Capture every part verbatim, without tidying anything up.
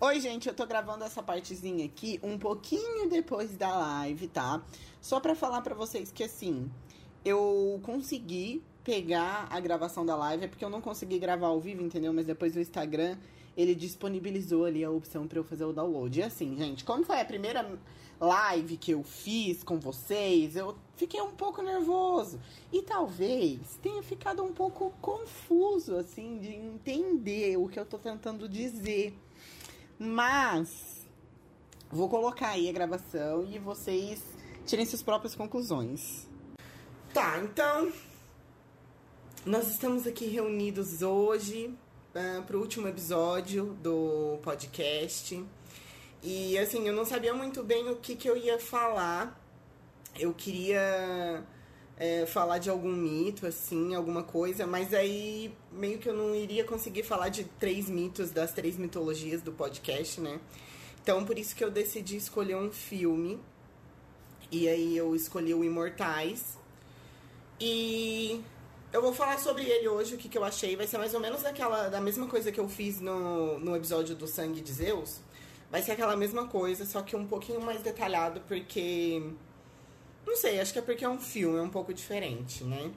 Oi, gente, eu tô gravando essa partezinha aqui um pouquinho depois da live, tá? Só pra falar pra vocês que, assim, eu consegui pegar a gravação da live, é porque eu não consegui gravar ao vivo, entendeu? Mas depois o Instagram, ele disponibilizou ali a opção pra eu fazer o download. E assim, gente, como foi a primeira live que eu fiz com vocês, eu fiquei um pouco nervoso. E talvez tenha ficado um pouco confuso, assim, de entender o que eu tô tentando dizer. Mas vou colocar aí a gravação e vocês tirem suas próprias conclusões. Tá, então nós estamos aqui reunidos hoje uh, pro último episódio do podcast. E assim, eu não sabia muito bem o que, que eu ia falar. Eu queria é, falar de algum mito, assim, alguma coisa, mas aí meio que eu não iria conseguir falar de três mitos, das três mitologias do podcast, né? Então, por isso que eu decidi escolher um filme. E aí eu escolhi o Imortais. E eu vou falar sobre ele hoje, o que, que eu achei. Vai ser mais ou menos daquela, da mesma coisa que eu fiz no, no episódio do Sangue de Zeus. Vai ser aquela mesma coisa, só que um pouquinho mais detalhado, porque... Não sei, acho que é porque é um filme, é um pouco diferente, né?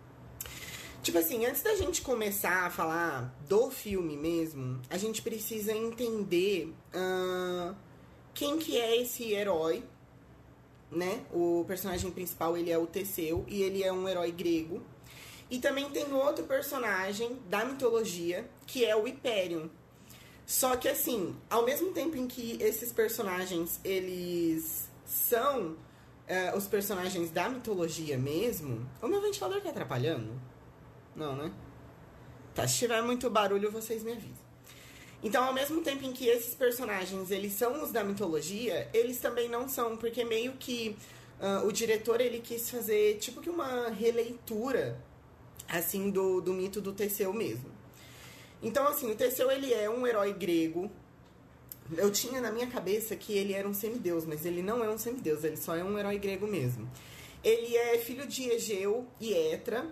Tipo assim, antes da gente começar a falar do filme mesmo, a gente precisa entender uh, quem que é esse herói, né? O personagem principal, ele é o Teseu, e ele é um herói grego. E também tem outro personagem da mitologia, que é o Hipérion. Só que assim, ao mesmo tempo em que esses personagens, eles são... Uh, os personagens da mitologia mesmo... O meu ventilador tá atrapalhando? Não, né? Tá, se tiver muito barulho, vocês me avisam. Então, ao mesmo tempo em que esses personagens, eles são os da mitologia, eles também não são, porque meio que uh, o diretor, ele quis fazer tipo que uma releitura, assim, do, do mito do Teseu mesmo. Então, assim, o Teseu, ele é um herói grego. Eu tinha na minha cabeça que ele era um semideus, mas ele não é um semideus, ele só é um herói grego mesmo. Ele é filho de Egeu e Etra.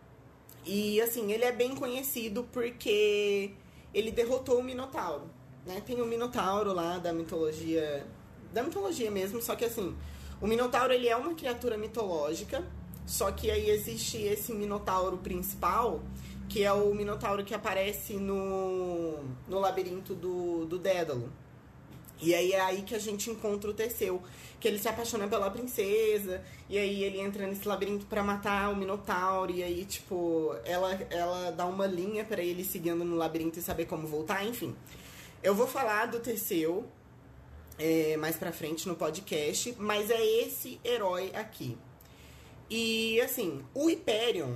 E, assim, ele é bem conhecido porque ele derrotou o Minotauro, né? Tem o Minotauro lá da mitologia, da mitologia mesmo, só que, assim, o Minotauro, ele é uma criatura mitológica, só que aí existe esse Minotauro principal, que é o Minotauro que aparece no, no labirinto do, do Dédalo. E aí é aí que a gente encontra o Teseu, que ele se apaixona pela princesa, e aí ele entra nesse labirinto pra matar o Minotauro, e aí, tipo, ela, ela dá uma linha pra ele seguindo no labirinto e saber como voltar, enfim. Eu vou falar do Teseu é, mais pra frente no podcast, mas é esse herói aqui. E, assim, o Hipérion...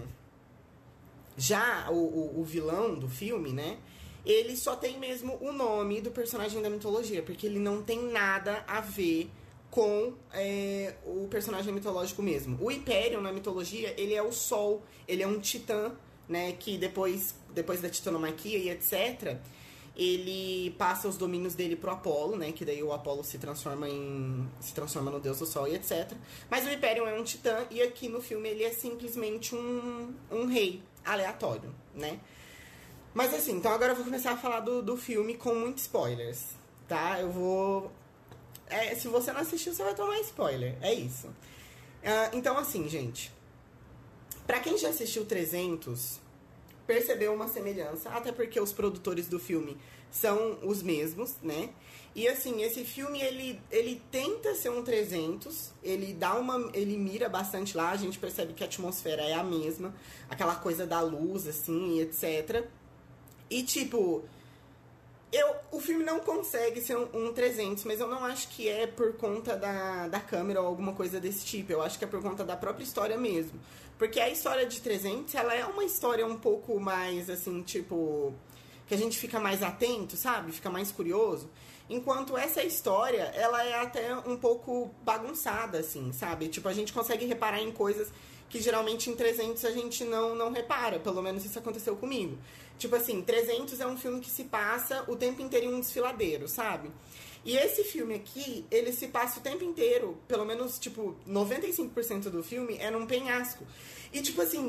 Já o, o, o vilão do filme, né? Ele só tem mesmo o nome do personagem da mitologia, porque ele não tem nada a ver com é, o personagem mitológico mesmo. O Hipérion, na mitologia, ele é o Sol, ele é um titã, né? Que depois, depois da titanomaquia e etcétera, ele passa os domínios dele pro Apolo, né? Que daí o Apolo se transforma em... se transforma no deus do sol e etcétera. Mas o Hipérion é um titã, e aqui no filme ele é simplesmente um, um rei aleatório, né? Mas assim, então agora eu vou começar a falar do, do filme com muitos spoilers, tá? Eu vou... É, se você não assistiu, você vai tomar spoiler, é isso. Uh, então assim, gente, pra quem já assistiu trezentos... percebeu uma semelhança, até porque os produtores do filme são os mesmos, né? E assim, esse filme, ele, ele tenta ser um trezentos, ele dá uma... ele mira bastante lá, a gente percebe que a atmosfera é a mesma, aquela coisa da luz, assim, e etcétera. E tipo... Eu, o filme não consegue ser um, um trezentos, mas eu não acho que é por conta da, da câmera ou alguma coisa desse tipo. Eu acho que é por conta da própria história mesmo. Porque a história de trezentos, ela é uma história um pouco mais, assim, tipo... que a gente fica mais atento, sabe? Fica mais curioso. Enquanto essa história, ela é até um pouco bagunçada, assim, sabe? Tipo, a gente consegue reparar em coisas que geralmente em trezentos a gente não, não repara. Pelo menos isso aconteceu comigo. Tipo assim, trezentos é um filme que se passa o tempo inteiro em um desfiladeiro, sabe? E esse filme aqui, ele se passa o tempo inteiro, pelo menos, tipo, noventa e cinco por cento do filme é num penhasco. E, tipo assim,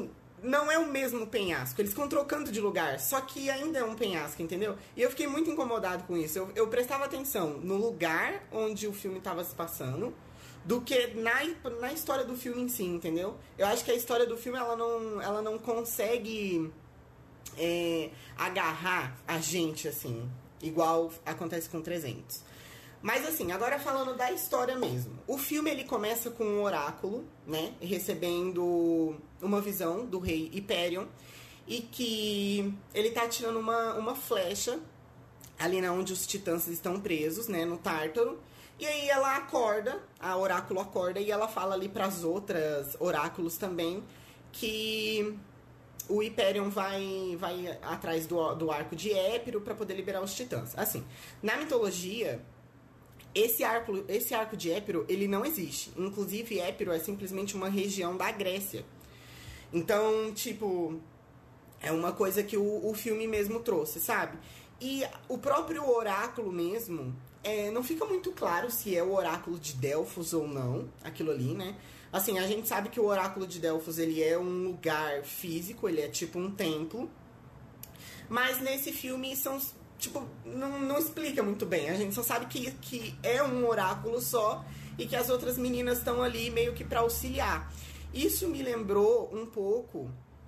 não é o mesmo penhasco. Eles ficam trocando de lugar, só que ainda é um penhasco, entendeu? E eu fiquei muito incomodado com isso. Eu, eu prestava atenção no lugar onde o filme estava se passando do que na, na história do filme em si, entendeu? Eu acho que a história do filme, ela não, ela não consegue é, agarrar a gente, assim, igual acontece com trezentos. Mas assim, agora falando da história mesmo. O filme, ele começa com um oráculo, né? Recebendo uma visão do rei Hyperion. E que ele tá tirando uma, uma flecha ali na onde os titãs estão presos, né? No Tártaro. E aí ela acorda, a oráculo acorda e ela fala ali pras outras oráculos também que o Hyperion vai, vai atrás do, do arco de Épiro pra poder liberar os titãs. Assim, na mitologia... Esse arco, esse arco de Épiro, ele não existe. Inclusive, Épiro é simplesmente uma região da Grécia. Então, tipo, é uma coisa que o, o filme mesmo trouxe, sabe? E o próprio oráculo mesmo, é, não fica muito claro se é o oráculo de Delfos ou não, aquilo ali, né? Assim, a gente sabe que o oráculo de Delfos, ele é um lugar físico, ele é tipo um templo. Mas nesse filme são... Tipo, não, não explica muito bem. A gente só sabe que, que é um oráculo só e que as outras meninas estão ali meio que pra auxiliar. Isso me lembrou um pouco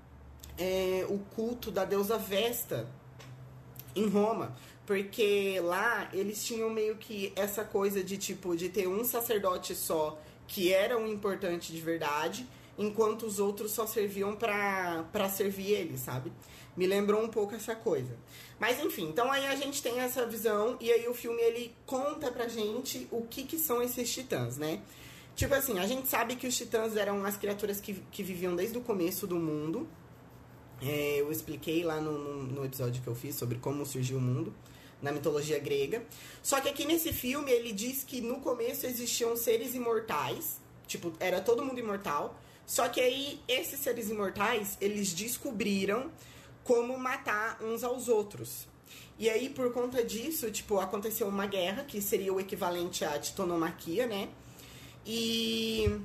é, o culto da deusa Vesta em Roma. Porque lá eles tinham meio que essa coisa de, tipo, de ter um sacerdote só que era o importante de verdade, enquanto os outros só serviam pra, pra servir ele, sabe? Me lembrou um pouco essa coisa. Mas enfim, então aí a gente tem essa visão e aí o filme ele conta pra gente o que que são esses titãs, né? Tipo assim, a gente sabe que os titãs eram as criaturas que, que viviam desde o começo do mundo. É, eu expliquei lá no, no, no episódio que eu fiz sobre como surgiu o mundo, na mitologia grega. Só que aqui nesse filme ele diz que no começo existiam seres imortais, tipo, era todo mundo imortal. Só que aí esses seres imortais, eles descobriram como matar uns aos outros. E aí, por conta disso, tipo, aconteceu uma guerra, que seria o equivalente à titanomaquia, né? E...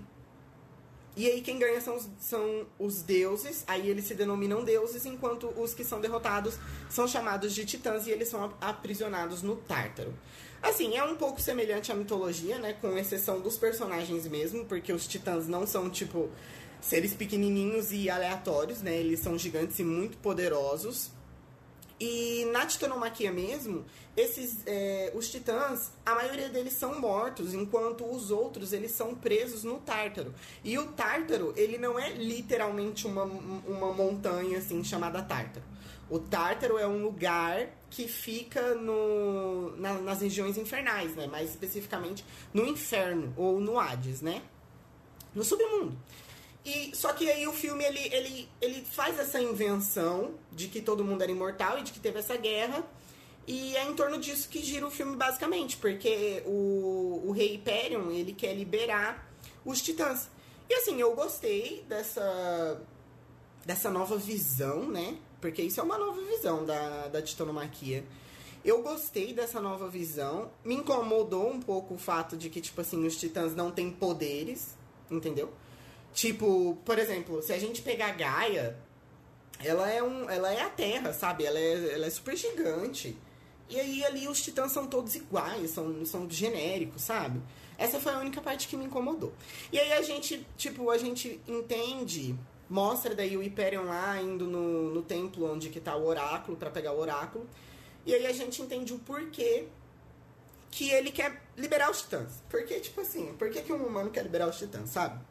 E aí quem ganha são os, são os deuses, aí eles se denominam deuses, enquanto os que são derrotados são chamados de titãs e eles são aprisionados no Tártaro. Assim, é um pouco semelhante à mitologia, né? Com exceção dos personagens mesmo, porque os titãs não são, tipo... seres pequenininhos e aleatórios, né? Eles são gigantes e muito poderosos. E na titanomaquia mesmo, esses, é, os titãs, a maioria deles são mortos, enquanto os outros, eles são presos no Tártaro. E o Tártaro, ele não é literalmente uma, uma montanha, assim, chamada Tártaro. O Tártaro é um lugar que fica no, na, nas regiões infernais, né? Mais especificamente no inferno, ou no Hades, né? No submundo. E, só que aí o filme, ele, ele, ele faz essa invenção de que todo mundo era imortal e de que teve essa guerra. E é em torno disso que gira o filme, basicamente. Porque o, o rei Hyperion, ele quer liberar os titãs. E assim, eu gostei dessa, dessa nova visão, né? Porque isso é uma nova visão da, da titanomaquia. Eu gostei dessa nova visão. Me incomodou um pouco o fato de que, tipo assim, os titãs não têm poderes, entendeu? Tipo, por exemplo, se a gente pegar Gaia, ela é, um, ela é a Terra, sabe? Ela é, ela é super gigante. E aí ali os titãs são todos iguais, são, são genéricos, sabe? Essa foi a única parte que me incomodou. E aí a gente, tipo, a gente entende, mostra daí o Hyperion lá indo no, no templo onde que tá o oráculo, pra pegar o oráculo. E aí a gente entende o porquê que ele quer liberar os titãs. Porque, tipo assim, por que, que um humano quer liberar os titãs, sabe?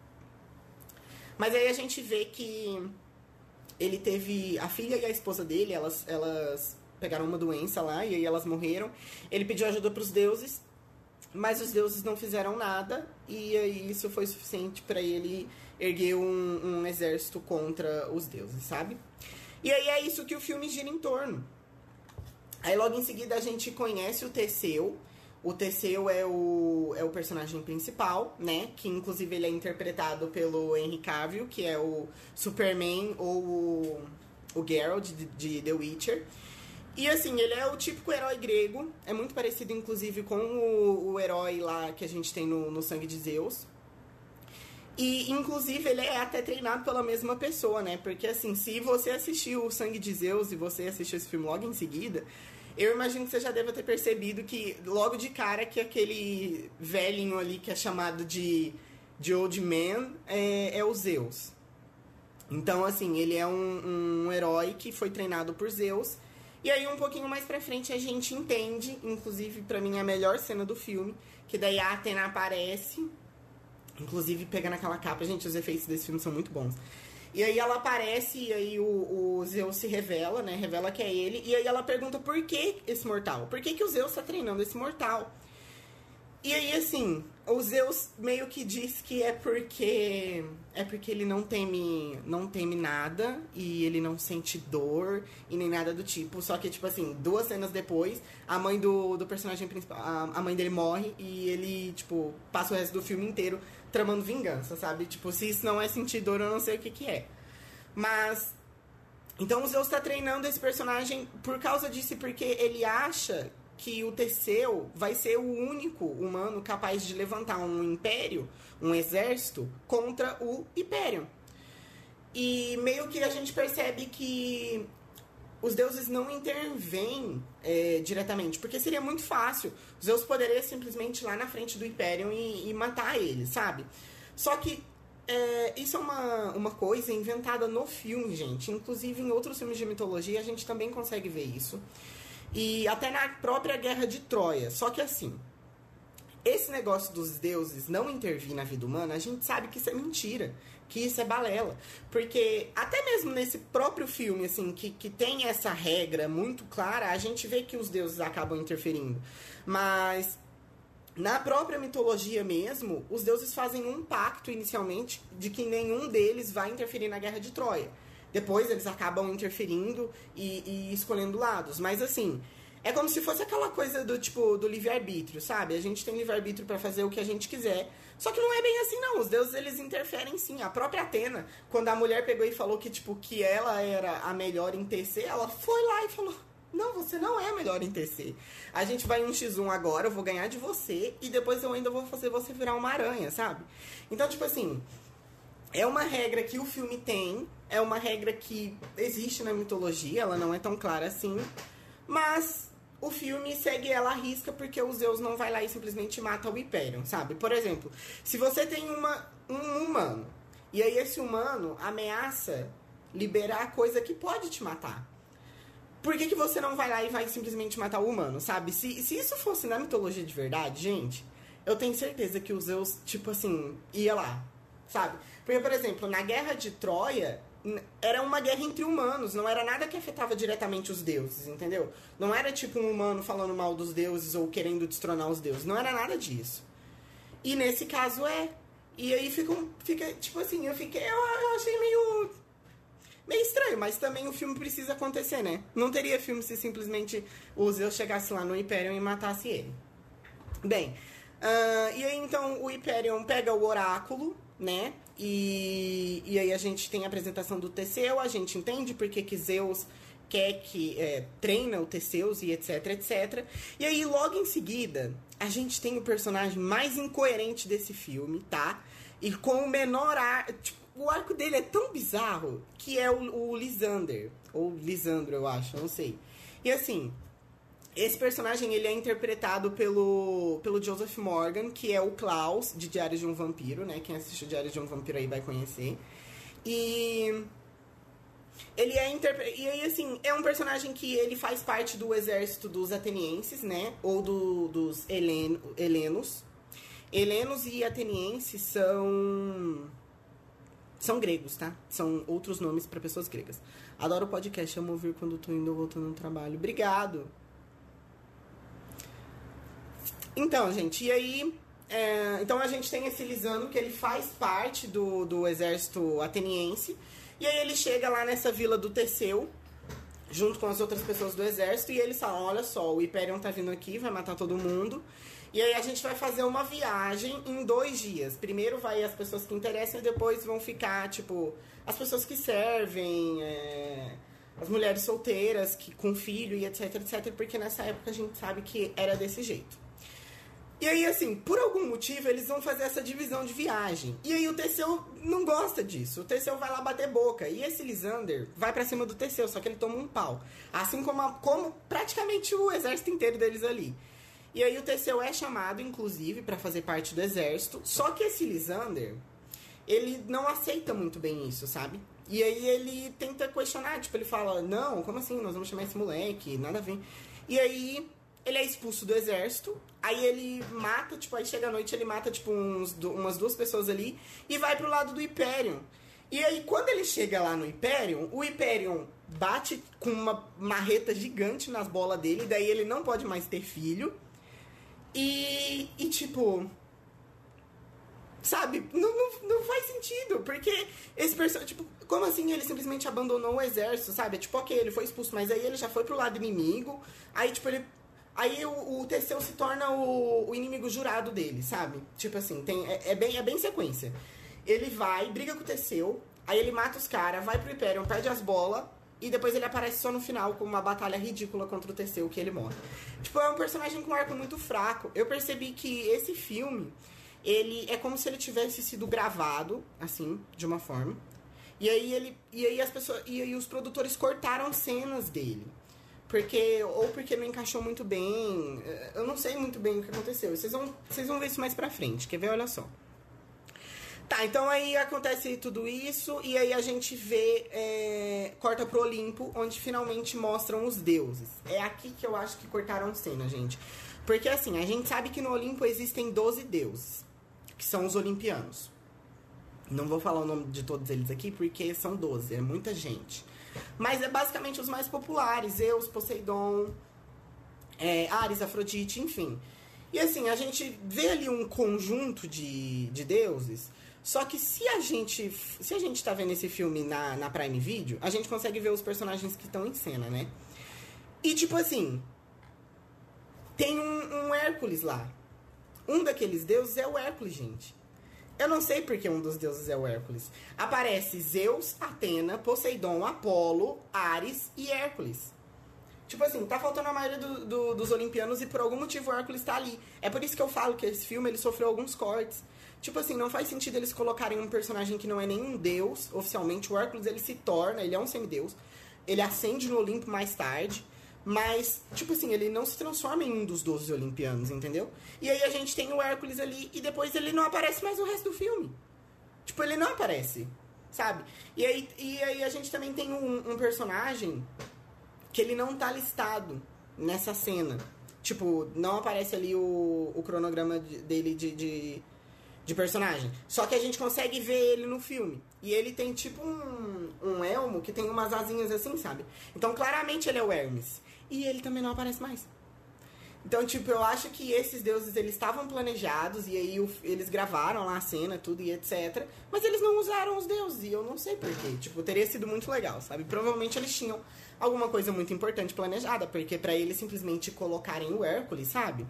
Mas aí a gente vê que ele teve... A filha e a esposa dele, elas, elas pegaram uma doença lá e aí elas morreram. Ele pediu ajuda pros deuses, mas os deuses não fizeram nada. E aí isso foi suficiente pra ele erguer um, um exército contra os deuses, sabe? E aí é isso que o filme gira em torno. Aí logo em seguida a gente conhece o Teseu. O Teseu é o, é o personagem principal, né? Que inclusive ele é interpretado pelo Henry Cavill, que é o Superman ou o, o Geralt de, de The Witcher. E assim, ele é o típico herói grego. É muito parecido inclusive com o, o herói lá que a gente tem no, no Sangue de Zeus. E, inclusive, ele é até treinado pela mesma pessoa, né? Porque, assim, se você assistiu o Sangue de Zeus e você assistiu esse filme logo em seguida, eu imagino que você já deva ter percebido que, logo de cara, que aquele velhinho ali que é chamado de, de Old Man é, é o Zeus. Então, assim, ele é um, um herói que foi treinado por Zeus. E aí, um pouquinho mais pra frente, a gente entende, inclusive, pra mim, a melhor cena do filme, que daí a Athena aparece... Inclusive, pegando aquela capa, gente, os efeitos desse filme são muito bons. E aí ela aparece e aí o, o Zeus se revela, né? Revela que é ele. E aí ela pergunta por que esse mortal? Por que, que o Zeus tá treinando esse mortal? E aí, assim, o Zeus meio que diz que é porque... É porque ele não teme, não teme nada e ele não sente dor e nem nada do tipo. Só que, tipo assim, duas cenas depois, a mãe do, do personagem principal, a, a mãe dele morre e ele, tipo, passa o resto do filme inteiro tramando vingança, sabe? Tipo, se isso não é sentir dor, eu não sei o que que é. Mas... Então o Zeus tá treinando esse personagem por causa disso, porque ele acha que o Teseu vai ser o único humano capaz de levantar um império, um exército, contra o Hyperion. E meio que a gente percebe que os deuses não intervêm é, diretamente, porque seria muito fácil. Os Zeus poderia simplesmente ir lá na frente do Hyperion e, e matar ele, sabe? Só que é, isso é uma, uma coisa inventada no filme, gente. Inclusive, em outros filmes de mitologia, a gente também consegue ver isso. E até na própria Guerra de Troia. Só que assim, esse negócio dos deuses não intervir na vida humana, a gente sabe que isso é mentira, que isso é balela. Porque até mesmo nesse próprio filme, assim, que, que tem essa regra muito clara, a gente vê que os deuses acabam interferindo. Mas na própria mitologia mesmo, os deuses fazem um pacto inicialmente de que nenhum deles vai interferir na Guerra de Troia. Depois eles acabam interferindo e, e escolhendo lados. Mas assim, é como se fosse aquela coisa do tipo do livre-arbítrio, sabe? A gente tem livre-arbítrio pra fazer o que a gente quiser. Só que não é bem assim, não. Os deuses, eles interferem sim. A própria Atena, quando a mulher pegou e falou que, tipo, que ela era a melhor em tecer, ela foi lá e falou: não, você não é a melhor em tecer. A gente vai em um xis um agora, eu vou ganhar de você e depois eu ainda vou fazer você virar uma aranha, sabe? Então, tipo assim, é uma regra que o filme tem, é uma regra que existe na mitologia, ela não é tão clara assim, mas o filme segue ela à risca porque o Zeus não vai lá e simplesmente mata o Hyperion, sabe? Por exemplo, se você tem uma, um humano, e aí esse humano ameaça liberar coisa que pode te matar, por que que você não vai lá e vai simplesmente matar o humano, sabe? Se, se isso fosse na mitologia de verdade, gente, eu tenho certeza que o Zeus, tipo assim, ia lá, sabe? Porque, por exemplo, na Guerra de Troia, era uma guerra entre humanos, não era nada que afetava diretamente os deuses, entendeu? Não era tipo um humano falando mal dos deuses ou querendo destronar os deuses, não era nada disso. E nesse caso é. E aí fica, um, fica tipo assim, eu fiquei, eu, eu achei meio, meio estranho, mas também o filme precisa acontecer, né? Não teria filme se simplesmente o Zeus chegasse lá no Hyperion e matasse ele. Bem, uh, e aí então o Hyperion pega o oráculo, né? E, e aí a gente tem a apresentação do Teseu, a gente entende porque que Zeus quer que é, treina o Teseus e etc, etcétera. E aí logo em seguida a gente tem o personagem mais incoerente desse filme, tá? E com o menor ar... Tipo, o arco dele é tão bizarro que é o, o Lisander, ou Lisandro, eu acho, não sei. E assim, esse personagem ele é interpretado pelo, pelo Joseph Morgan, que é o Klaus, de Diário de um Vampiro, né? Quem assistiu Diário de um Vampiro aí vai conhecer. E ele é interpre... e aí, assim, é um personagem que ele faz parte do exército dos atenienses, né? Ou do, dos helen... helenos. Helenos e atenienses são... São gregos, tá? São outros nomes para pessoas gregas. Adoro o podcast, amo ouvir quando tô indo ou voltando no trabalho. Obrigado! Então, gente, e aí... É, então a gente tem esse Lisandro, que ele faz parte do, do exército ateniense. E aí ele chega lá nessa vila do Teseu, junto com as outras pessoas do exército, e eles falam: olha só, o Hyperion tá vindo aqui, vai matar todo mundo. E aí a gente vai fazer uma viagem em dois dias. Primeiro vai as pessoas que interessam e depois vão ficar, tipo, as pessoas que servem, é, as mulheres solteiras que, com filho e etc, etc. Porque nessa época a gente sabe que era desse jeito. E aí, assim, por algum motivo, eles vão fazer essa divisão de viagem. E aí o Teseu não gosta disso. O Teseu vai lá bater boca. E esse Lisander vai pra cima do Teseu, só que ele toma um pau. Assim como, a, como praticamente o exército inteiro deles ali. E aí o Teseu é chamado, inclusive, pra fazer parte do exército. Só que esse Lisander, ele não aceita muito bem isso, sabe? E aí ele tenta questionar, tipo, ele fala, não, como assim? Nós vamos chamar esse moleque, nada a ver. E aí ele é expulso do exército. Aí ele mata, tipo, aí chega a noite, ele mata, tipo, uns, umas duas pessoas ali e vai pro lado do Hyperion. E aí, quando ele chega lá no Hyperion, o Hyperion bate com uma marreta gigante nas bolas dele, daí ele não pode mais ter filho. E, e tipo... Sabe? Não, não, não faz sentido, porque esse personagem, tipo, como assim ele simplesmente abandonou o exército, sabe? É tipo, ok, ele foi expulso, mas aí ele já foi pro lado inimigo, aí, tipo, ele... Aí o, o Teseu se torna o, o inimigo jurado dele, sabe? Tipo assim, tem, é, é, bem, é bem sequência. Ele vai, briga com o Teseu, aí ele mata os caras, vai pro Hyperion, perde as bolas, e depois ele aparece só no final com uma batalha ridícula contra o Teseu, que ele morre. Tipo, é um personagem com um arco muito fraco. Eu percebi que esse filme, ele é como se ele tivesse sido gravado, assim, de uma forma. E aí ele. E aí as pessoas. E aí os produtores cortaram cenas dele. Porque, ou porque não encaixou muito bem. Eu não sei muito bem o que aconteceu. Vocês vão, vocês vão ver isso mais pra frente. Quer ver? Olha só. Tá, então aí acontece tudo isso. E aí a gente vê... É, corta pro Olimpo, onde finalmente mostram os deuses. É aqui que eu acho que cortaram cena, gente. Porque assim, a gente sabe que no Olimpo existem doze deuses. Que são os olimpianos. Não vou falar o nome de todos eles aqui, porque são doze. É muita gente. Mas é basicamente os mais populares. Zeus, Poseidon, é, Ares, Afrodite, enfim. E assim, a gente vê ali um conjunto de, de deuses. Só que se a gente se a gente tá vendo esse filme na, na Prime Video, a gente consegue ver os personagens que estão em cena, né? E tipo assim, tem um, um Hércules lá. Um daqueles deuses é o Hércules, gente. Eu não sei porque um dos deuses é o Hércules. Aparece Zeus, Atena, Poseidon, Apolo, Ares e Hércules. Tipo assim, tá faltando a maioria do, do, dos olimpianos e por algum motivo o Hércules tá ali. É por isso que eu falo que esse filme ele sofreu alguns cortes. Tipo assim, não faz sentido eles colocarem um personagem que não é nenhum deus, oficialmente. O Hércules, ele se torna, ele é um semideus. Ele ascende no Olimpo mais tarde. Mas, tipo assim, ele não se transforma em um dos doze olimpianos, entendeu? E aí a gente tem o Hércules ali e depois ele não aparece mais no resto do filme. Tipo, ele não aparece, sabe? E aí, e aí a gente também tem um, um personagem que ele não tá listado nessa cena. Tipo, não aparece ali o, o cronograma de, dele de, de, de personagem. Só que a gente consegue ver ele no filme. E ele tem tipo um, um elmo que tem umas asinhas assim, sabe? Então, claramente ele é o Hermes. E ele também não aparece mais. Então, tipo, eu acho que esses deuses, eles estavam planejados, e aí o, eles gravaram lá a cena, tudo e etcétera. Mas eles não usaram os deuses, e eu não sei porquê. Tipo, teria sido muito legal, sabe? Provavelmente eles tinham alguma coisa muito importante planejada, porque pra eles simplesmente colocarem o Hércules, sabe?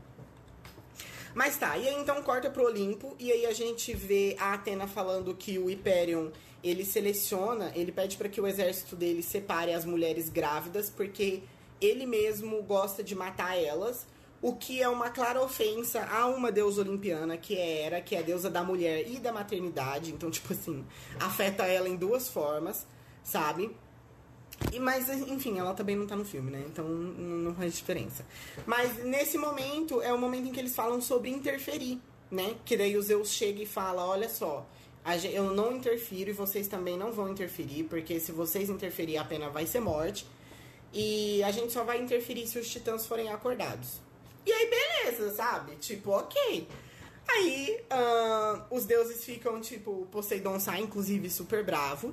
Mas tá, e aí então corta pro Olimpo, e aí a gente vê a Atena falando que o Hyperion, ele seleciona, ele pede pra que o exército dele separe as mulheres grávidas, porque ele mesmo gosta de matar elas, o que é uma clara ofensa a uma deusa olimpiana, que é Hera, que é a deusa da mulher e da maternidade. Então, tipo assim, afeta ela em duas formas, sabe? E, mas, enfim, ela também não tá no filme, né? Então, não faz diferença. Mas, nesse momento, é o momento em que eles falam sobre interferir, né? Que daí o Zeus chega e fala, olha só, eu não interfiro e vocês também não vão interferir, porque se vocês interferir, a pena vai ser morte. E a gente só vai interferir se os titãs forem acordados. E aí, beleza, sabe? Tipo, ok. Aí, uh, os deuses ficam, tipo, Poseidon sai, inclusive, super bravo.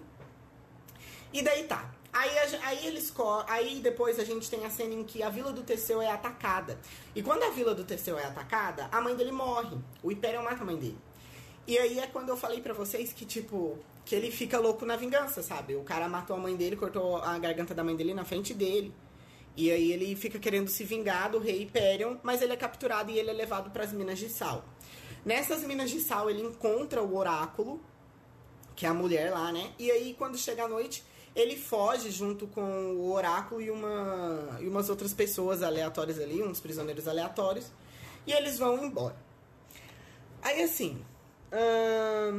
E daí tá. Aí, a, aí eles aí depois a gente tem a cena em que a vila do Teseu é atacada. E quando a vila do Teseu é atacada, a mãe dele morre. O Hyperion mata a mãe dele. E aí é quando eu falei pra vocês que, tipo, que ele fica louco na vingança, sabe? O cara matou a mãe dele, cortou a garganta da mãe dele na frente dele. E aí ele fica querendo se vingar do rei Hyperion, mas ele é capturado e ele é levado pras Minas de Sal. Nessas Minas de Sal, ele encontra o Oráculo, que é a mulher lá, né? E aí, quando chega a noite, ele foge junto com o Oráculo e, uma, e umas outras pessoas aleatórias ali, uns prisioneiros aleatórios. E eles vão embora. Aí, assim... Hum...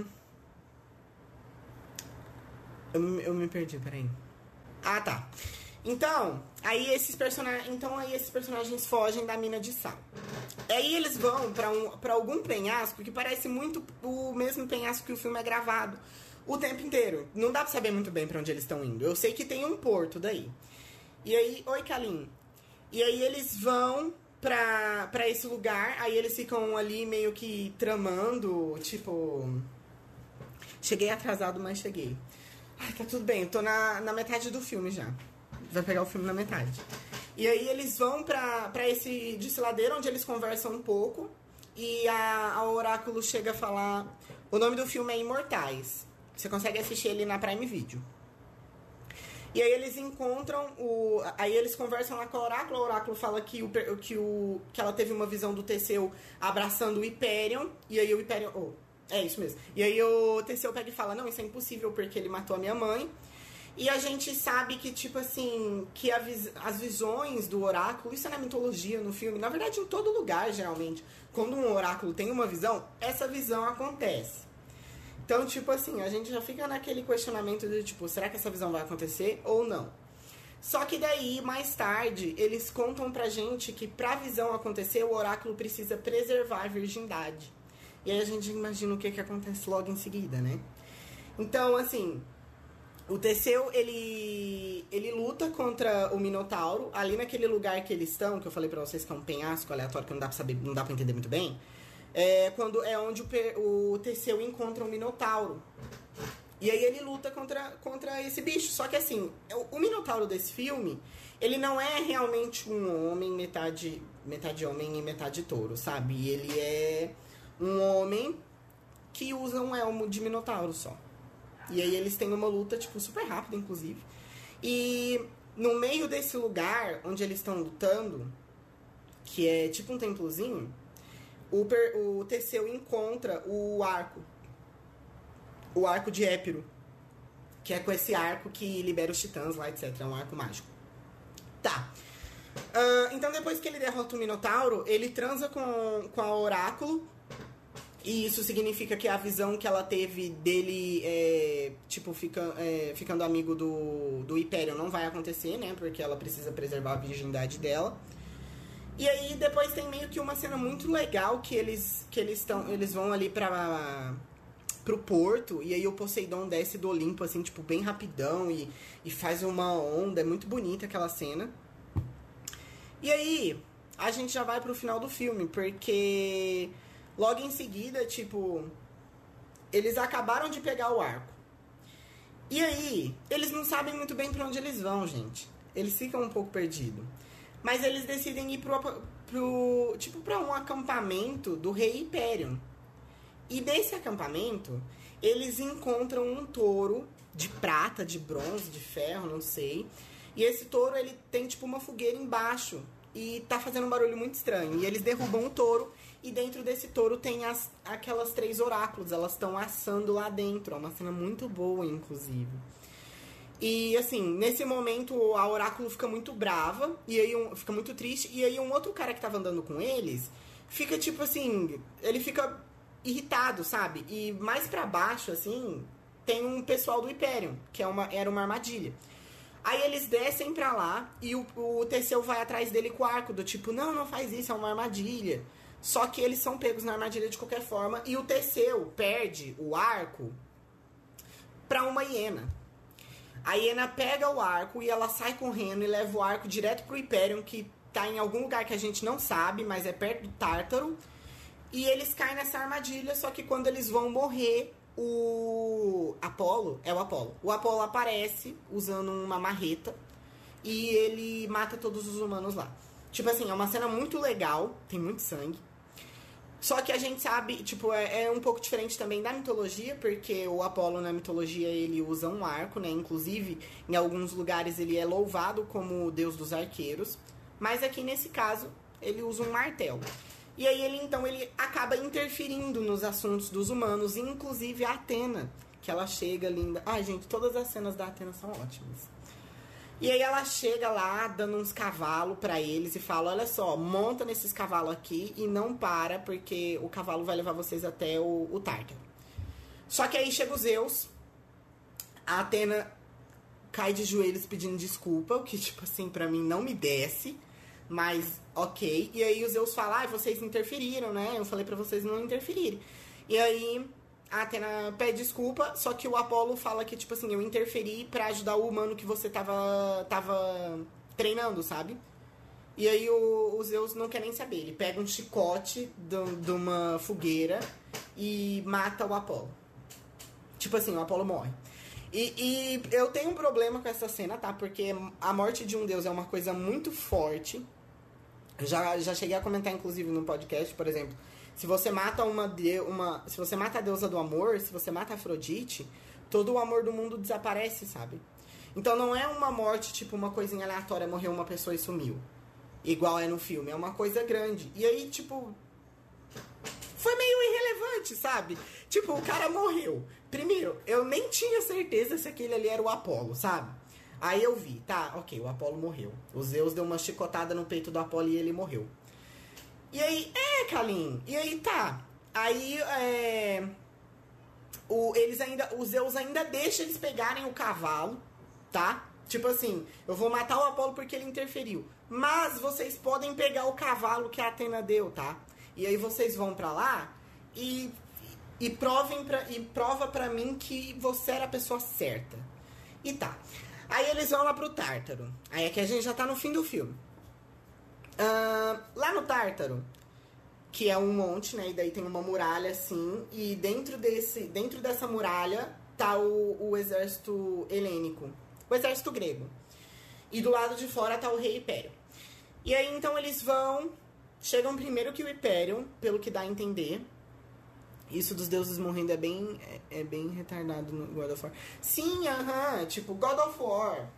Eu, eu me perdi, peraí. Ah, tá. Então, aí esses personagens, então aí esses personagens fogem da mina de sal. Aí eles vão pra, um, pra algum penhasco que parece muito o mesmo penhasco que o filme é gravado o tempo inteiro. Não dá pra saber muito bem pra onde eles estão indo. Eu sei que tem um porto daí. E aí, oi, Kalim. E aí eles vão pra, pra esse lugar, aí eles ficam ali meio que tramando, tipo... Cheguei atrasado, mas cheguei. Ai, tá tudo bem, eu tô na, na metade do filme já. Vai pegar o filme na metade. E aí eles vão pra, pra esse desfiladeiro, onde eles conversam um pouco. E a, a Oráculo chega a falar... O nome do filme é Imortais. Você consegue assistir ele na Prime Video. E aí eles encontram o... Aí eles conversam lá com a Oráculo. O Oráculo fala que, o, que, o, que ela teve uma visão do Teseu abraçando o Hyperion. E aí o Hyperion... Oh, é isso mesmo. E aí o Teseu pega e fala, não, isso é impossível porque ele matou a minha mãe. E a gente sabe que, tipo assim, que a vis- as visões do oráculo, isso é na mitologia, no filme, na verdade em todo lugar, geralmente. Quando um oráculo tem uma visão, essa visão acontece. Então, tipo assim, a gente já fica naquele questionamento de, tipo, será que essa visão vai acontecer ou não? Só que daí, mais tarde, eles contam pra gente que pra visão acontecer, o oráculo precisa preservar a virgindade. E aí a gente imagina o que, que acontece logo em seguida, né? Então, assim, o Teseu, ele, ele luta contra o Minotauro, ali naquele lugar que eles estão, que eu falei pra vocês que é um penhasco aleatório, que não dá pra saber, não dá pra entender muito bem, é, quando, é onde o, o Teseu encontra o Minotauro. E aí ele luta contra, contra esse bicho. Só que assim, o, o Minotauro desse filme, ele não é realmente um homem, metade, metade homem e metade touro, sabe? Ele é um homem que usa um elmo de Minotauro só. E aí eles têm uma luta, tipo, super rápida, inclusive. E no meio desse lugar onde eles estão lutando, que é tipo um templozinho, o, per, o Teseu encontra o arco. O arco de Épiro. Que é com esse arco que libera os titãs lá, etcétera. É um arco mágico. Tá. Uh, então depois que ele derrota o Minotauro, ele transa com, com a Oráculo. E isso significa que a visão que ela teve dele, é, tipo, fica, é, ficando amigo do, do Hyperion não vai acontecer, né? Porque ela precisa preservar a virgindade dela. E aí depois tem meio que uma cena muito legal que eles, que eles, tão, eles vão ali pra, pro porto. E aí o Poseidon desce do Olimpo, assim, tipo, bem rapidão e, e faz uma onda. É muito bonita aquela cena. E aí a gente já vai pro final do filme, porque... Logo em seguida, tipo, eles acabaram de pegar o arco. E aí, eles não sabem muito bem pra onde eles vão, gente. Eles ficam um pouco perdidos. Mas eles decidem ir pro, pro tipo, pra um acampamento do rei Hyperion. E nesse acampamento, eles encontram um touro de prata, de bronze, de ferro, não sei. E esse touro, ele tem, tipo, uma fogueira embaixo. E tá fazendo um barulho muito estranho. E eles derrubam o touro. E dentro desse touro tem as, aquelas três oráculos. Elas estão assando lá dentro. É uma cena muito boa, inclusive. E, assim, nesse momento, a oráculo fica muito brava. E aí, um, fica muito triste. E aí, um outro cara que tava andando com eles fica, tipo assim... Ele fica irritado, sabe? E mais pra baixo, assim, tem um pessoal do Hyperion. Que é uma, era uma armadilha. Aí eles descem pra lá. E o, o Teseu vai atrás dele com o arco. Do tipo, não, não faz isso, é uma armadilha. Só que eles são pegos na armadilha de qualquer forma. E o Teseu perde o arco pra uma hiena. A hiena pega o arco e ela sai correndo e leva o arco direto pro Hyperion, que tá em algum lugar que a gente não sabe, mas é perto do Tártaro. E eles caem nessa armadilha, só que quando eles vão morrer, o Apolo, é o Apolo. O Apolo aparece usando uma marreta e ele mata todos os humanos lá. Tipo assim, é uma cena muito legal, tem muito sangue. Só que a gente sabe, tipo, é, é um pouco diferente também da mitologia, porque o Apolo na mitologia ele usa um arco, né? Inclusive, em alguns lugares ele é louvado como o deus dos arqueiros. Mas aqui nesse caso, ele usa um martelo. E aí ele, então, ele acaba interferindo nos assuntos dos humanos, inclusive a Atena, que ela chega linda. Ai, gente, todas as cenas da Atena são ótimas. E aí ela chega lá, dando uns cavalos pra eles e fala, olha só, monta nesses cavalos aqui e não para, porque o cavalo vai levar vocês até o, o Tártaro. Só que aí chega os Zeus, a Atena cai de joelhos pedindo desculpa, o que, tipo assim, pra mim não me desce, mas ok. E aí os Zeus falam, ah, vocês interferiram, né? Eu falei pra vocês não interferirem. E aí a Atena pede desculpa, só que o Apolo fala que, tipo assim, eu interferi pra ajudar o humano que você tava, tava treinando, sabe? E aí o, o Zeus não quer nem saber. Ele pega um chicote de, de uma fogueira e mata o Apolo. Tipo assim, o Apolo morre. E, e eu tenho um problema com essa cena, tá? Porque a morte de um deus é uma coisa muito forte. Eu já, já cheguei a comentar, inclusive, no podcast, por exemplo. Se você mata uma, de, uma se você mata a deusa do amor, se você mata a Afrodite, todo o amor do mundo desaparece, sabe? Então não é uma morte, tipo, uma coisinha aleatória, morreu uma pessoa e sumiu. Igual é no filme, é uma coisa grande. E aí, tipo, foi meio irrelevante, sabe? Tipo, o cara morreu. Primeiro, eu nem tinha certeza se aquele ali era o Apolo, sabe? Aí eu vi, tá, ok, o Apolo morreu. O Zeus deu uma chicotada no peito do Apolo e ele morreu. E aí, é, Kalim, e aí tá. Aí, é... O, eles ainda, o Zeus ainda deixa eles pegarem o cavalo, tá? Tipo assim, eu vou matar o Apolo porque ele interferiu. Mas vocês podem pegar o cavalo que a Atena deu, tá? E aí vocês vão pra lá e, e, provem pra, e prova pra mim que você era a pessoa certa. E tá. Aí eles vão lá pro Tártaro. Aí é que a gente já tá no fim do filme. Uh, lá no Tártaro, que é um monte, né? E daí tem uma muralha assim. E dentro, desse, dentro dessa muralha tá o, o exército helênico. O exército grego. E do lado de fora tá o rei Hipério. E aí então eles vão... Chegam primeiro que o Hipério, pelo que dá a entender. Isso dos deuses morrendo é bem, é, é bem retardado no God of War. Sim, aham, uh-huh, tipo God of War.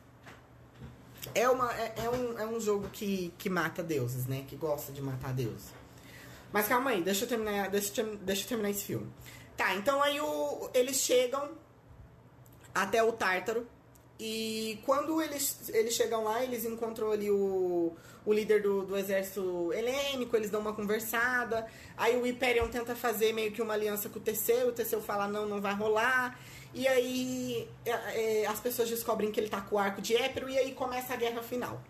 É, uma, é, é, um, é um jogo que, que mata deuses, né? Que gosta de matar deuses. Mas calma aí, deixa eu terminar, deixa eu, deixa eu terminar esse filme. Tá, então aí o, eles chegam até o Tártaro. E quando eles, eles chegam lá, eles encontram ali o, o líder do, do exército helênico, eles dão uma conversada. Aí o Hyperion tenta fazer meio que uma aliança com o Teseu, o Teseu fala não, não vai rolar. E aí é, é, as pessoas descobrem que ele tá com o arco de Épiro e aí começa a guerra final.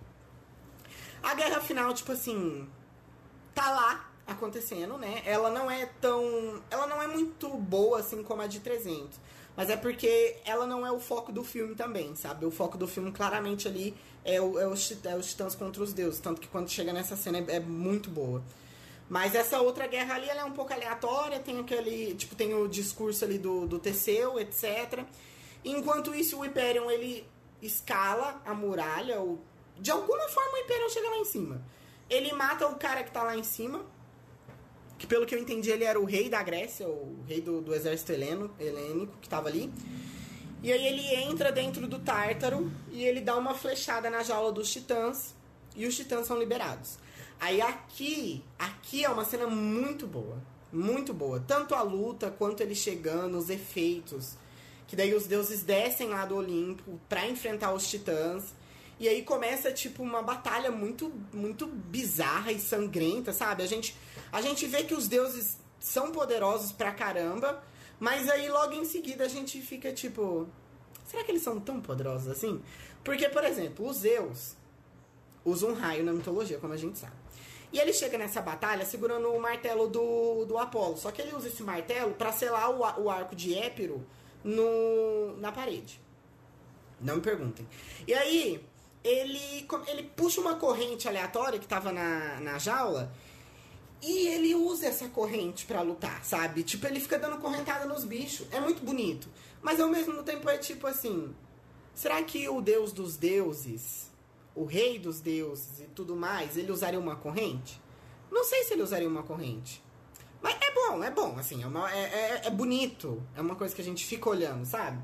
A guerra final, tipo assim, tá lá acontecendo, né? Ela não é tão... Ela não é muito boa assim como a de trezentos. Mas é porque ela não é o foco do filme também, sabe? O foco do filme claramente ali é, o, é, os, é os titãs contra os deuses. Tanto que quando chega nessa cena é, é muito boa. Mas essa outra guerra ali, ela é um pouco aleatória. Tem aquele... Tipo, tem o discurso ali do, do Teseu, etcétera. Enquanto isso, o Hyperion, ele escala a muralha. Ou, de alguma forma, o Hyperion chega lá em cima. Ele mata o cara que tá lá em cima. Que pelo que eu entendi, ele era o rei da Grécia, o rei do, do exército heleno, helênico, que tava ali. E aí ele entra dentro do Tártaro e ele dá uma flechada na jaula dos titãs e os titãs são liberados. Aí aqui, aqui é uma cena muito boa, muito boa. Tanto a luta, quanto ele chegando, os efeitos. Que daí os deuses descem lá do Olimpo pra enfrentar os titãs. E aí começa, tipo, uma batalha muito, muito bizarra e sangrenta, sabe? A gente, a gente vê que os deuses são poderosos pra caramba, mas aí logo em seguida a gente fica, tipo... Será que eles são tão poderosos assim? Porque, por exemplo, os Zeus usam um raio na mitologia, como a gente sabe. E ele chega nessa batalha segurando o martelo do, do Apolo. Só que ele usa esse martelo pra selar o, o arco de Épiro no, na parede. Não me perguntem. E aí... Ele, ele puxa uma corrente aleatória que tava na, na jaula e ele usa essa corrente pra lutar, sabe? Tipo, ele fica dando correntada nos bichos. É muito bonito. Mas ao mesmo tempo é tipo assim... Será que o deus dos deuses, o rei dos deuses e tudo mais, ele usaria uma corrente? Não sei se ele usaria uma corrente. Mas é bom, é bom, assim. É, uma, é, é, é bonito. É uma coisa que a gente fica olhando, sabe?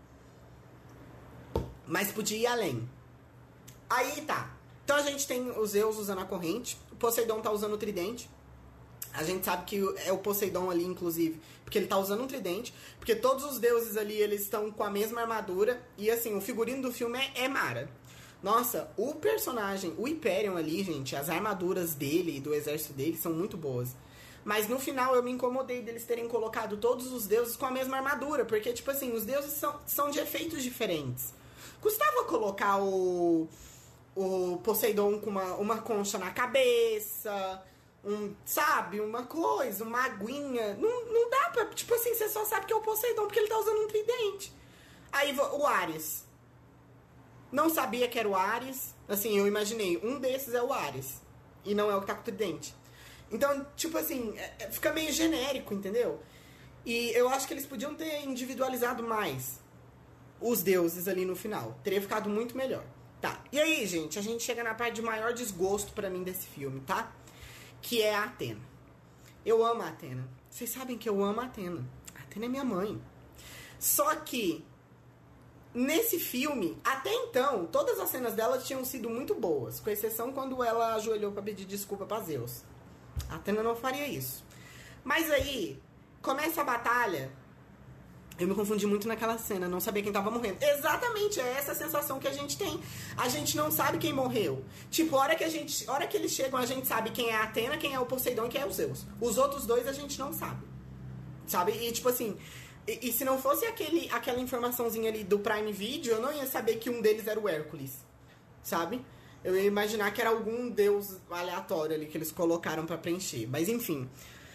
Mas podia ir além. Aí tá. Então a gente tem os Zeus usando a corrente. O Poseidon tá usando o tridente. A gente sabe que é o Poseidon ali, inclusive, porque ele tá usando um tridente. Porque todos os deuses ali, eles estão com a mesma armadura. E assim, o figurino do filme é, é mara. Nossa, o personagem, o Hyperion ali, gente, as armaduras dele e do exército dele são muito boas. Mas no final eu me incomodei deles terem colocado todos os deuses com a mesma armadura. Porque, tipo assim, os deuses são, são de efeitos diferentes. Custava colocar o, o Poseidon com uma, uma concha na cabeça, um, sabe, uma coisa, uma aguinha. Não, não dá pra, tipo assim, você só sabe que é o Poseidon porque ele tá usando um tridente. Aí o Ares. Não sabia que era o Ares. Assim, eu imaginei, um desses é o Ares. E não é o que tá com o tridente. Então, tipo assim, é, fica meio genérico, entendeu? E eu acho que eles podiam ter individualizado mais os deuses ali no final. Teria ficado muito melhor. Tá, e aí, gente, a gente chega na parte de maior desgosto pra mim desse filme, tá? Que é a Athena. Eu amo a Athena. Vocês sabem que eu amo a Athena. A Athena é minha mãe. Só que, nesse filme, até então, todas as cenas dela tinham sido muito boas. Com exceção quando ela ajoelhou pra pedir desculpa pra Zeus. A Athena não faria isso. Mas aí, começa a batalha. Eu me confundi muito naquela cena, não sabia quem tava morrendo. Exatamente, é essa a sensação que a gente tem. A gente não sabe quem morreu. Tipo, a hora que, a gente, a hora que eles chegam, a gente sabe quem é a Athena, quem é o Poseidon e quem é o Zeus. Os outros dois a gente não sabe. Sabe? E tipo assim, e, e se não fosse aquele, aquela informaçãozinha ali do Prime Video, eu não ia saber que um deles era o Hércules. Sabe? Eu ia imaginar que era algum deus aleatório ali que eles colocaram pra preencher. Mas enfim.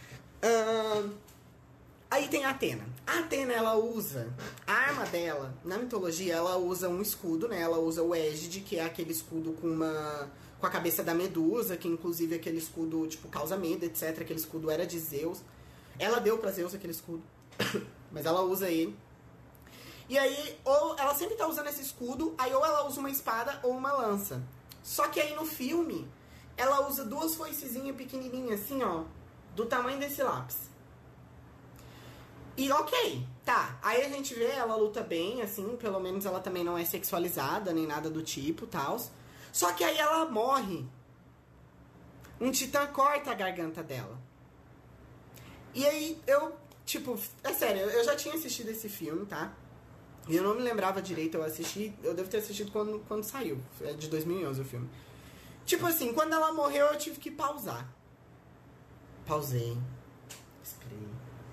Uh, aí tem a Athena. A Athena, ela usa... A arma dela, na mitologia, ela usa um escudo, né? Ela usa o Égide, que é aquele escudo com uma... Com a cabeça da Medusa, que inclusive aquele escudo, tipo, causa medo, etcétera. Aquele escudo era de Zeus. Ela deu pra Zeus aquele escudo. Mas ela usa ele. E aí, ou ela sempre tá usando esse escudo, aí ou ela usa uma espada ou uma lança. Só que aí no filme, ela usa duas foicezinhas pequenininhas, assim, ó, do tamanho desse lápis. E ok, tá. Aí a gente vê, ela luta bem, assim, pelo menos ela também não é sexualizada, nem nada do tipo, tal. Só que aí ela morre. Um titã corta a garganta dela. E aí eu, tipo, é sério, eu já tinha assistido esse filme, tá? E eu não me lembrava direito, eu assisti... Eu devo ter assistido quando, quando saiu. É de dois mil e onze o filme. Tipo assim, quando ela morreu, eu tive que pausar. Pausei. Esperei.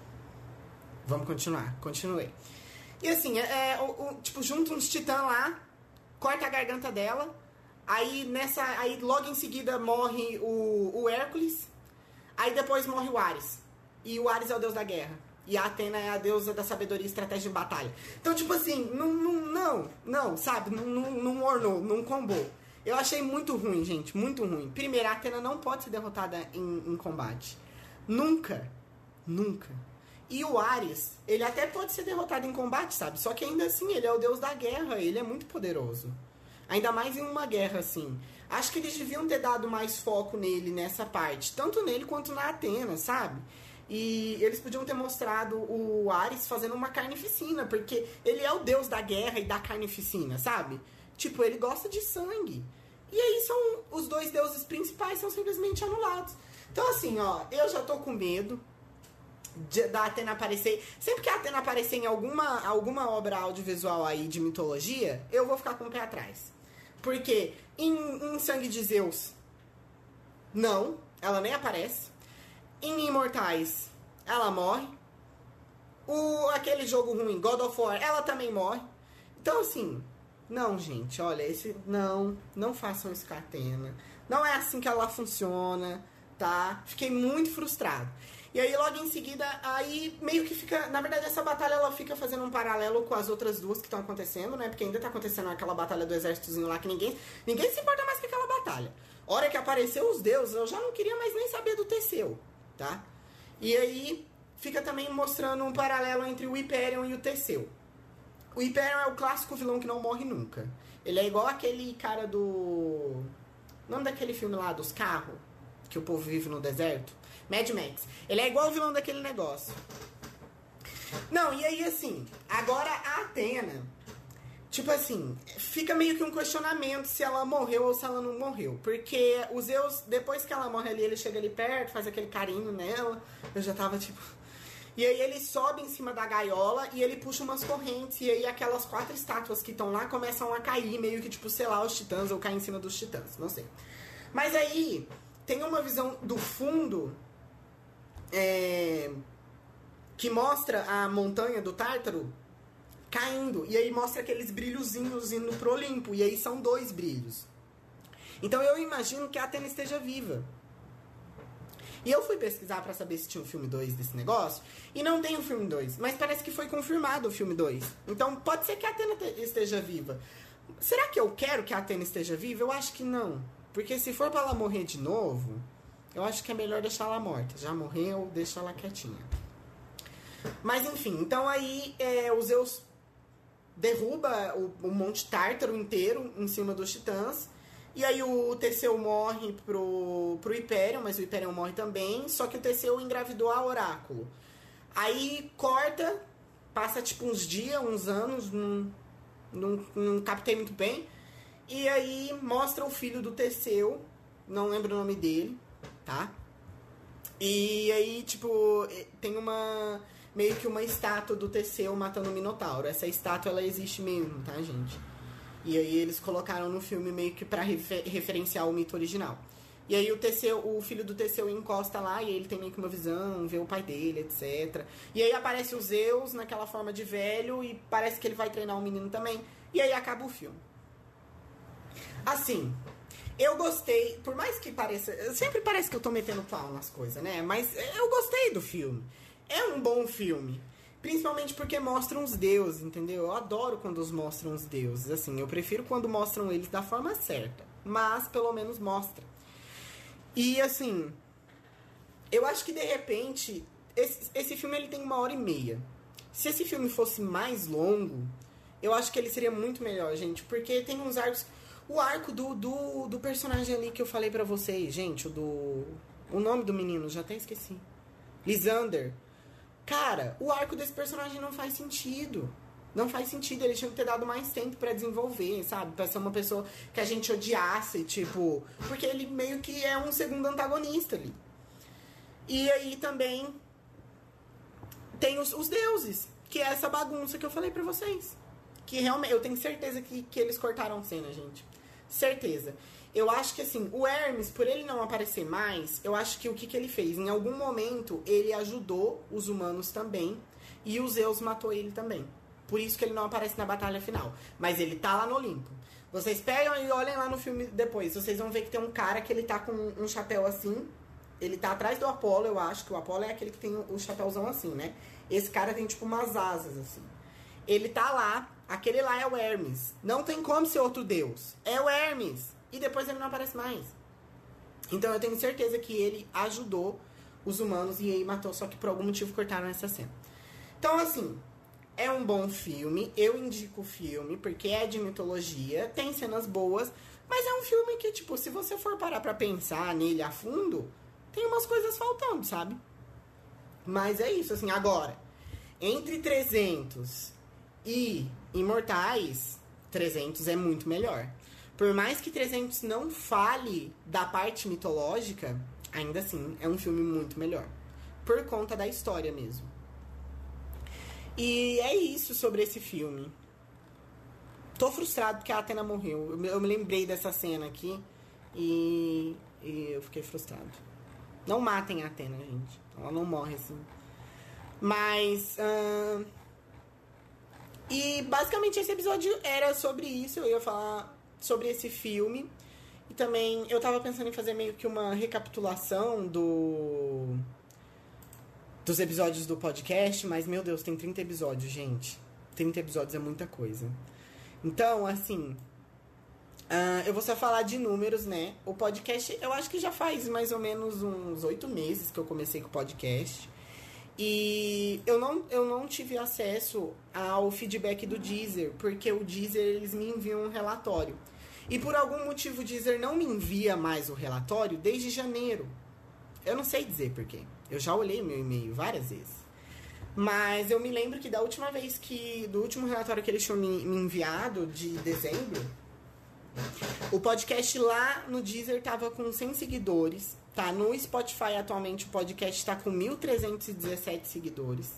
Vamos continuar. Continuei. E assim, é, é, o, o, tipo, junta uns titãs lá, corta a garganta dela. Aí, nessa, aí logo em seguida morre o, o Hércules. Aí depois morre o Ares. E o Ares é o deus da guerra. E a Athena é a deusa da sabedoria e estratégia de batalha. Então, tipo assim, não, não, não, não sabe? Não, não, não ornou, não combou. Eu achei muito ruim, gente, muito ruim. Primeiro, a Athena não pode ser derrotada em, em combate. Nunca, nunca. E o Ares, ele até pode ser derrotado em combate, sabe? Só que ainda assim, ele é o deus da guerra, ele é muito poderoso. Ainda mais em uma guerra, assim. Acho que eles deviam ter dado mais foco nele, nessa parte. Tanto nele quanto na Athena, sabe? E eles podiam ter mostrado o Ares fazendo uma carnificina, porque ele é o deus da guerra e da carnificina, sabe? Tipo, ele gosta de sangue. E aí são os dois deuses principais são simplesmente anulados. Então assim, ó, eu já tô com medo de, da Athena aparecer. Sempre que a Athena aparecer em alguma, alguma obra audiovisual aí de mitologia, eu vou ficar com o pé atrás. Porque em, em Sangue de Zeus, não, ela nem aparece. Em Imortais, ela morre. O, aquele jogo ruim, God of War, ela também morre. Então, assim, não, gente, olha, esse não, não façam isso com a Athena. Não é assim que ela funciona, tá? Fiquei muito frustrado. E aí, logo em seguida, aí meio que fica... Na verdade, essa batalha, ela fica fazendo um paralelo com as outras duas que estão acontecendo, né? Porque ainda tá acontecendo aquela batalha do exércitozinho lá que ninguém... Ninguém se importa mais com aquela batalha. A hora que apareceu os deuses, eu já não queria mais nem saber do Teseu. Tá? E aí fica também mostrando um paralelo entre o Hyperion e o Teseu. O Hyperion é o clássico vilão que não morre nunca. Ele é igual aquele cara do... O nome daquele filme lá, dos carros, que o povo vive no deserto? Mad Max. Ele é igual o vilão daquele negócio. Não, e aí assim, agora a Athena... Tipo assim, fica meio que um questionamento se ela morreu ou se ela não morreu. Porque o Zeus, depois que ela morre ali, ele chega ali perto, faz aquele carinho nela. Eu já tava tipo... E aí ele sobe em cima da gaiola e ele puxa umas correntes. E aí aquelas quatro estátuas que estão lá começam a cair, meio que tipo, sei lá, os titãs, ou cair em cima dos titãs, não sei. Mas aí tem uma visão do fundo é, que mostra a montanha do Tártaro caindo. E aí mostra aqueles brilhozinhos indo pro Olimpo. E aí são dois brilhos. Então eu imagino que a Athena esteja viva. E eu fui pesquisar pra saber se tinha um filme dois desse negócio. E não tem o um filme dois. Mas parece que foi confirmado o filme dois. Então pode ser que a Athena esteja viva. Será que eu quero que a Athena esteja viva? Eu acho que não. Porque se for pra ela morrer de novo, eu acho que é melhor deixar ela morta. Já morreu, deixa ela quietinha. Mas enfim, então aí é, o Zeus derruba o, o Monte Tártaro inteiro em cima dos titãs. E aí o Teseu morre pro, pro Hipérion, mas o Hipérion morre também. Só que o Teseu engravidou a Oráculo. Aí corta, passa tipo uns dias, uns anos, não, não, não captei muito bem. E aí mostra o filho do Teseu, não lembro o nome dele, tá? E aí, tipo, tem uma... meio que uma estátua do Teseu matando o Minotauro. Essa estátua, ela existe mesmo, tá, gente? E aí eles colocaram no filme meio que pra refer- referenciar o mito original. E aí o Teseu, o filho do Teseu encosta lá e ele tem meio que uma visão, vê o pai dele, etcétera. E aí aparece o Zeus naquela forma de velho e parece que ele vai treinar o menino também. E aí acaba o filme. Assim, eu gostei, por mais que pareça... Sempre parece que eu tô metendo pau nas coisas, né? Mas eu gostei do filme. É um bom filme. Principalmente porque mostram os deuses, entendeu? Eu adoro quando os mostram os deuses. Assim, eu prefiro quando mostram eles da forma certa. Mas, pelo menos, mostra. E, assim... Eu acho que, de repente... Esse, esse filme, ele tem uma hora e meia. Se esse filme fosse mais longo... Eu acho que ele seria muito melhor, gente. Porque tem uns arcos... O arco do, do, do personagem ali que eu falei pra vocês, gente, o do... O nome do menino, já até esqueci. Lysander. Cara, o arco desse personagem não faz sentido. Não faz sentido, ele tinha que ter dado mais tempo pra desenvolver, sabe? Pra ser uma pessoa que a gente odiasse, tipo... Porque ele meio que é um segundo antagonista ali. E aí também tem os, os deuses, que é essa bagunça que eu falei pra vocês. Que realmente, eu tenho certeza que, que eles cortaram cena, gente. Certeza. Eu acho que, assim, o Hermes, por ele não aparecer mais, eu acho que o que, que ele fez? Em algum momento, ele ajudou os humanos também, e o Zeus matou ele também. Por isso que ele não aparece na batalha final. Mas ele tá lá no Olimpo. Vocês pegam e olhem lá no filme depois. Vocês vão ver que tem um cara que ele tá com um chapéu assim. Ele tá atrás do Apolo, eu acho, que o Apolo é aquele que tem o chapéuzão assim, né? Esse cara tem, tipo, umas asas, assim. Ele tá lá, aquele lá é o Hermes. Não tem como ser outro deus. É o Hermes. E depois ele não aparece mais. Então eu tenho certeza que ele ajudou os humanos e aí matou, só que por algum motivo cortaram essa cena. Então, assim, é um bom filme. Eu indico o filme, porque é de mitologia, tem cenas boas, mas é um filme que, tipo, se você for parar pra pensar nele a fundo, tem umas coisas faltando, sabe? Mas é isso, assim, agora, entre trezentos e Imortais, trezentos é muito melhor. Por mais que trezentos não fale da parte mitológica, ainda assim, é um filme muito melhor. Por conta da história mesmo. E é isso sobre esse filme. Tô frustrado porque a Athena morreu. Eu me lembrei dessa cena aqui e, e eu fiquei frustrado. Não matem a Athena, gente. Ela não morre assim. Mas... Uh... E basicamente esse episódio era sobre isso. Eu ia falar sobre esse filme. E também eu tava pensando em fazer meio que uma recapitulação do dos episódios do podcast. Mas, meu Deus, tem trinta episódios, gente. trinta episódios é muita coisa. Então, assim... Uh, eu vou só falar de números, né? O podcast, eu acho que já faz mais ou menos uns oito meses que eu comecei com o podcast. E eu não, eu não tive acesso ao feedback do Deezer, porque o Deezer, eles me enviam um relatório. E por algum motivo o Deezer não me envia mais o relatório desde janeiro. Eu não sei dizer por quê. Eu já olhei meu e-mail várias vezes. Mas eu me lembro que da última vez que... Do último relatório que eles tinham me, me enviado, de dezembro... O podcast lá no Deezer tava com cem seguidores. tá? No Spotify, atualmente, o podcast tá com mil trezentos e dezessete seguidores.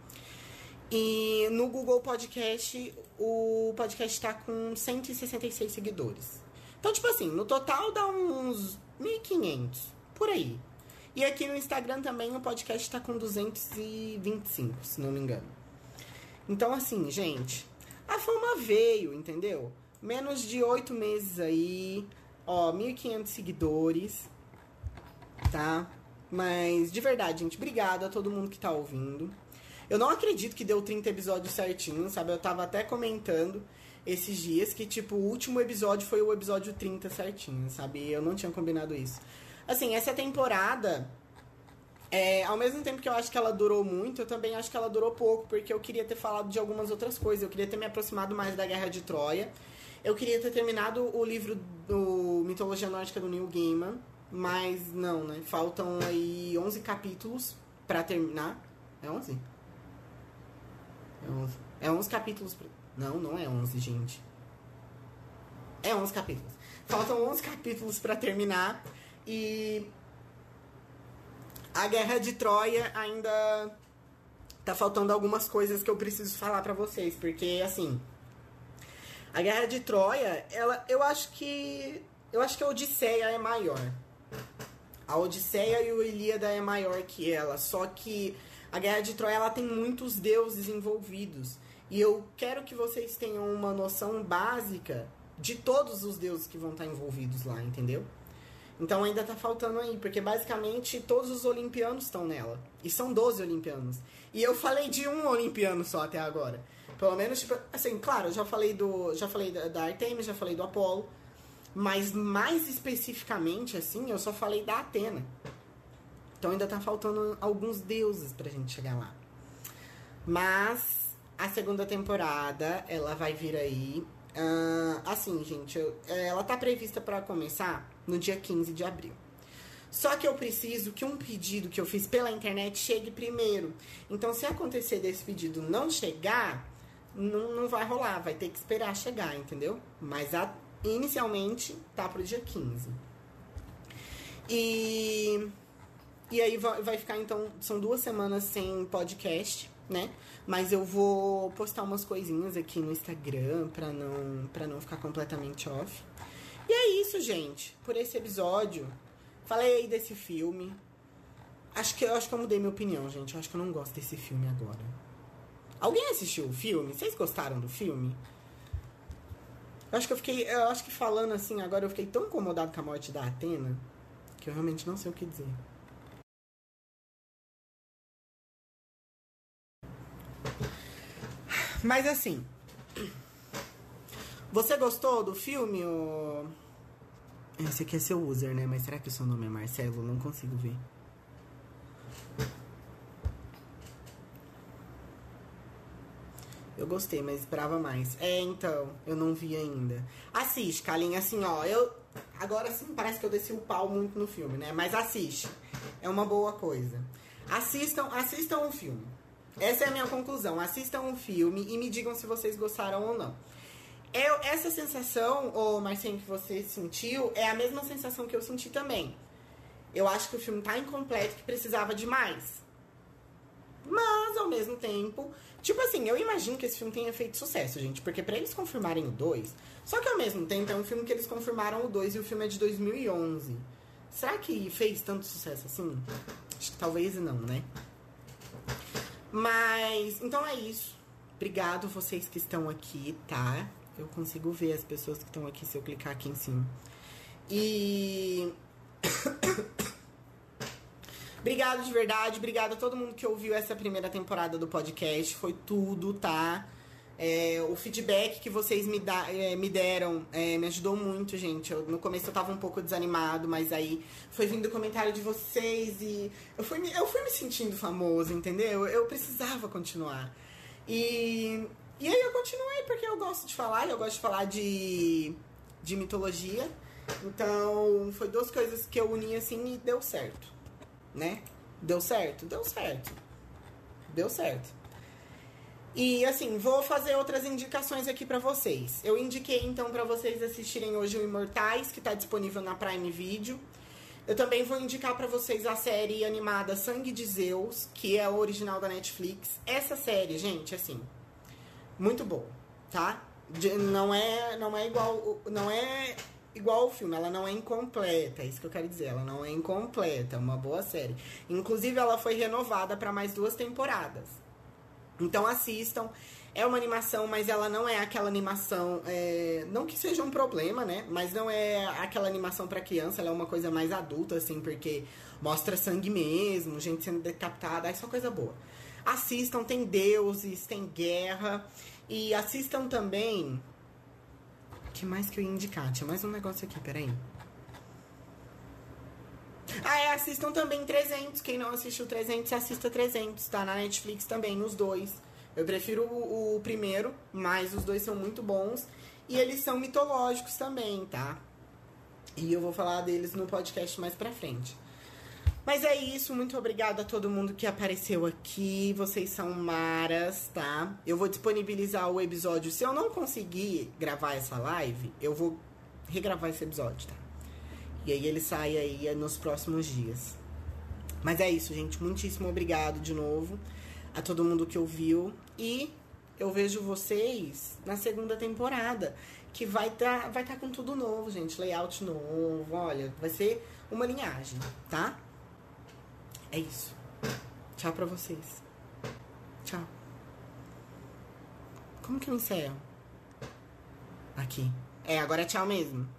E no Google Podcast, o podcast tá com cento e sessenta e seis seguidores. Então, tipo assim, no total dá uns mil e quinhentos, por aí. E aqui no Instagram também o podcast tá com duzentos e vinte e cinco, se não me engano. Então, assim, gente, a fama veio, entendeu? Menos de oito meses aí, ó, mil e quinhentos seguidores, tá? Mas, de verdade, gente, obrigada a todo mundo que tá ouvindo. Eu não acredito que deu trinta episódios certinho, sabe? Eu tava até comentando esses dias que, tipo, o último episódio foi o episódio trinta certinho, sabe? Eu não tinha combinado isso. Assim, essa temporada, é, ao mesmo tempo que eu acho que ela durou muito, eu também acho que ela durou pouco, porque eu queria ter falado de algumas outras coisas. Eu queria ter me aproximado mais da Guerra de Troia. Eu queria ter terminado o livro do Mitologia Nórdica do Neil Gaiman, mas não, né? Faltam aí onze capítulos pra terminar. É onze? É onze. É onze capítulos pra... Não, não é onze, gente. É onze capítulos. Faltam onze capítulos pra terminar. E a Guerra de Troia ainda tá faltando algumas coisas que eu preciso falar pra vocês. Porque, assim, a Guerra de Troia, ela, eu acho que... Eu acho que a Odisseia é maior. A Odisseia e o Ilíada é maior que ela. Só que a Guerra de Troia, ela tem muitos deuses envolvidos. E eu quero que vocês tenham uma noção básica de todos os deuses que vão estar envolvidos lá, entendeu? Então ainda tá faltando aí, porque basicamente todos os olimpianos estão nela. E são doze olimpianos. E eu falei de um olimpiano só até agora. Pelo menos, tipo, assim, claro, eu já falei do. Já falei da, da Artemis, já falei do Apolo. Mas mais especificamente, assim, eu só falei da Atena. Então ainda tá faltando alguns deuses pra gente chegar lá. Mas a segunda temporada, ela vai vir aí. Uh, assim, gente, eu, ela tá prevista pra começar no dia quinze de abril. Só que eu preciso que um pedido que eu fiz pela internet chegue primeiro. Então, se acontecer desse pedido não chegar, não, não vai rolar. Vai ter que esperar chegar, entendeu? Mas a, inicialmente tá pro dia quinze. E, e aí vai, vai ficar, então, são duas semanas sem podcast, né? Mas eu vou postar umas coisinhas aqui no Instagram pra não, pra não ficar completamente off. E é isso, gente. Por esse episódio, falei aí desse filme. Acho que, eu acho que eu mudei minha opinião, gente. Eu acho que eu não gosto desse filme agora. Alguém assistiu o filme? Vocês gostaram do filme? Eu acho que eu fiquei... Eu acho que falando assim agora, eu fiquei tão incomodado com a morte da Atena que eu realmente não sei o que dizer. Mas assim, você gostou do filme? Ou... Esse aqui é seu user, né? Mas será que o seu nome é Marcelo? Não consigo ver. Eu gostei, mas esperava mais. É, então, eu não vi ainda. Assiste, Kalinha, assim, ó. Eu... Agora sim, parece que eu desci o pau muito no filme, né? Mas assiste. É uma boa coisa. Assistam, assistam o filme. Essa é a minha conclusão. Assistam um filme e me digam se vocês gostaram ou não. Eu, essa sensação, ô Marcinho, que você sentiu, é a mesma sensação que eu senti também. Eu acho que o filme tá incompleto, que precisava de mais. Mas, ao mesmo tempo... Tipo assim, eu imagino que esse filme tenha feito sucesso, gente. Porque pra eles confirmarem o dois... Só que, ao mesmo tempo, é um filme que eles confirmaram o dois e o filme é de dois mil e onze. Será que fez tanto sucesso assim? Acho que talvez não, né? Mas, então é isso. Obrigado vocês que estão aqui, tá? Eu consigo ver as pessoas que estão aqui se eu clicar aqui em cima. E... Obrigado de verdade. Obrigado a todo mundo que ouviu essa primeira temporada do podcast. Foi tudo, tá? É, o feedback que vocês me, da, é, me deram é, me ajudou muito, gente. Eu, no começo eu tava um pouco desanimado, mas aí foi vindo o comentário de vocês e eu fui, eu fui me sentindo famoso, entendeu? Eu precisava continuar. E, e aí eu continuei porque eu gosto de falar, e eu gosto de falar de, de mitologia. Então, foi duas coisas que eu uni assim e deu certo, né? Deu certo? Deu certo. Deu certo. E, assim, vou fazer outras indicações aqui pra vocês. Eu indiquei, então, pra vocês assistirem hoje o Imortais, que tá disponível na Prime Video. Eu também vou indicar pra vocês a série animada Sangue de Zeus, que é o original da Netflix. Essa série, gente, assim, muito boa, tá? De, não é, não é igual, não é igual ao filme, ela não é incompleta, é isso que eu quero dizer, ela não é incompleta, é uma boa série. Inclusive, ela foi renovada pra mais duas temporadas. Então assistam. É uma animação, mas ela não é aquela animação... É, não que seja um problema, né? Mas não é aquela animação pra criança. Ela é uma coisa mais adulta, assim, porque mostra sangue mesmo, gente sendo decapitada. É só coisa boa. Assistam, tem deuses, tem guerra. E assistam também... O que mais que eu ia indicar? Tinha mais um negócio aqui, peraí. Ah, é, assistam também trezentos. Quem não assistiu trezentos, assista trezentos. Tá na Netflix também, nos dois. Eu prefiro o, o primeiro, mas os dois são muito bons. E eles são mitológicos também, tá? E eu vou falar deles no podcast mais pra frente. Mas é isso, muito obrigada a todo mundo que apareceu aqui. Vocês são maras, tá? Eu vou disponibilizar o episódio. Se eu não conseguir gravar essa live, eu vou regravar esse episódio, tá? E aí ele sai aí nos próximos dias. Mas é isso, gente. Muitíssimo obrigado de novo a todo mundo que ouviu. E eu vejo vocês na segunda temporada, que vai tá, vai tá com tudo novo, gente. Layout novo, olha, vai ser uma linhagem, tá? É isso. Tchau pra vocês. Tchau. Como que eu encerro? Aqui. É, agora é tchau mesmo.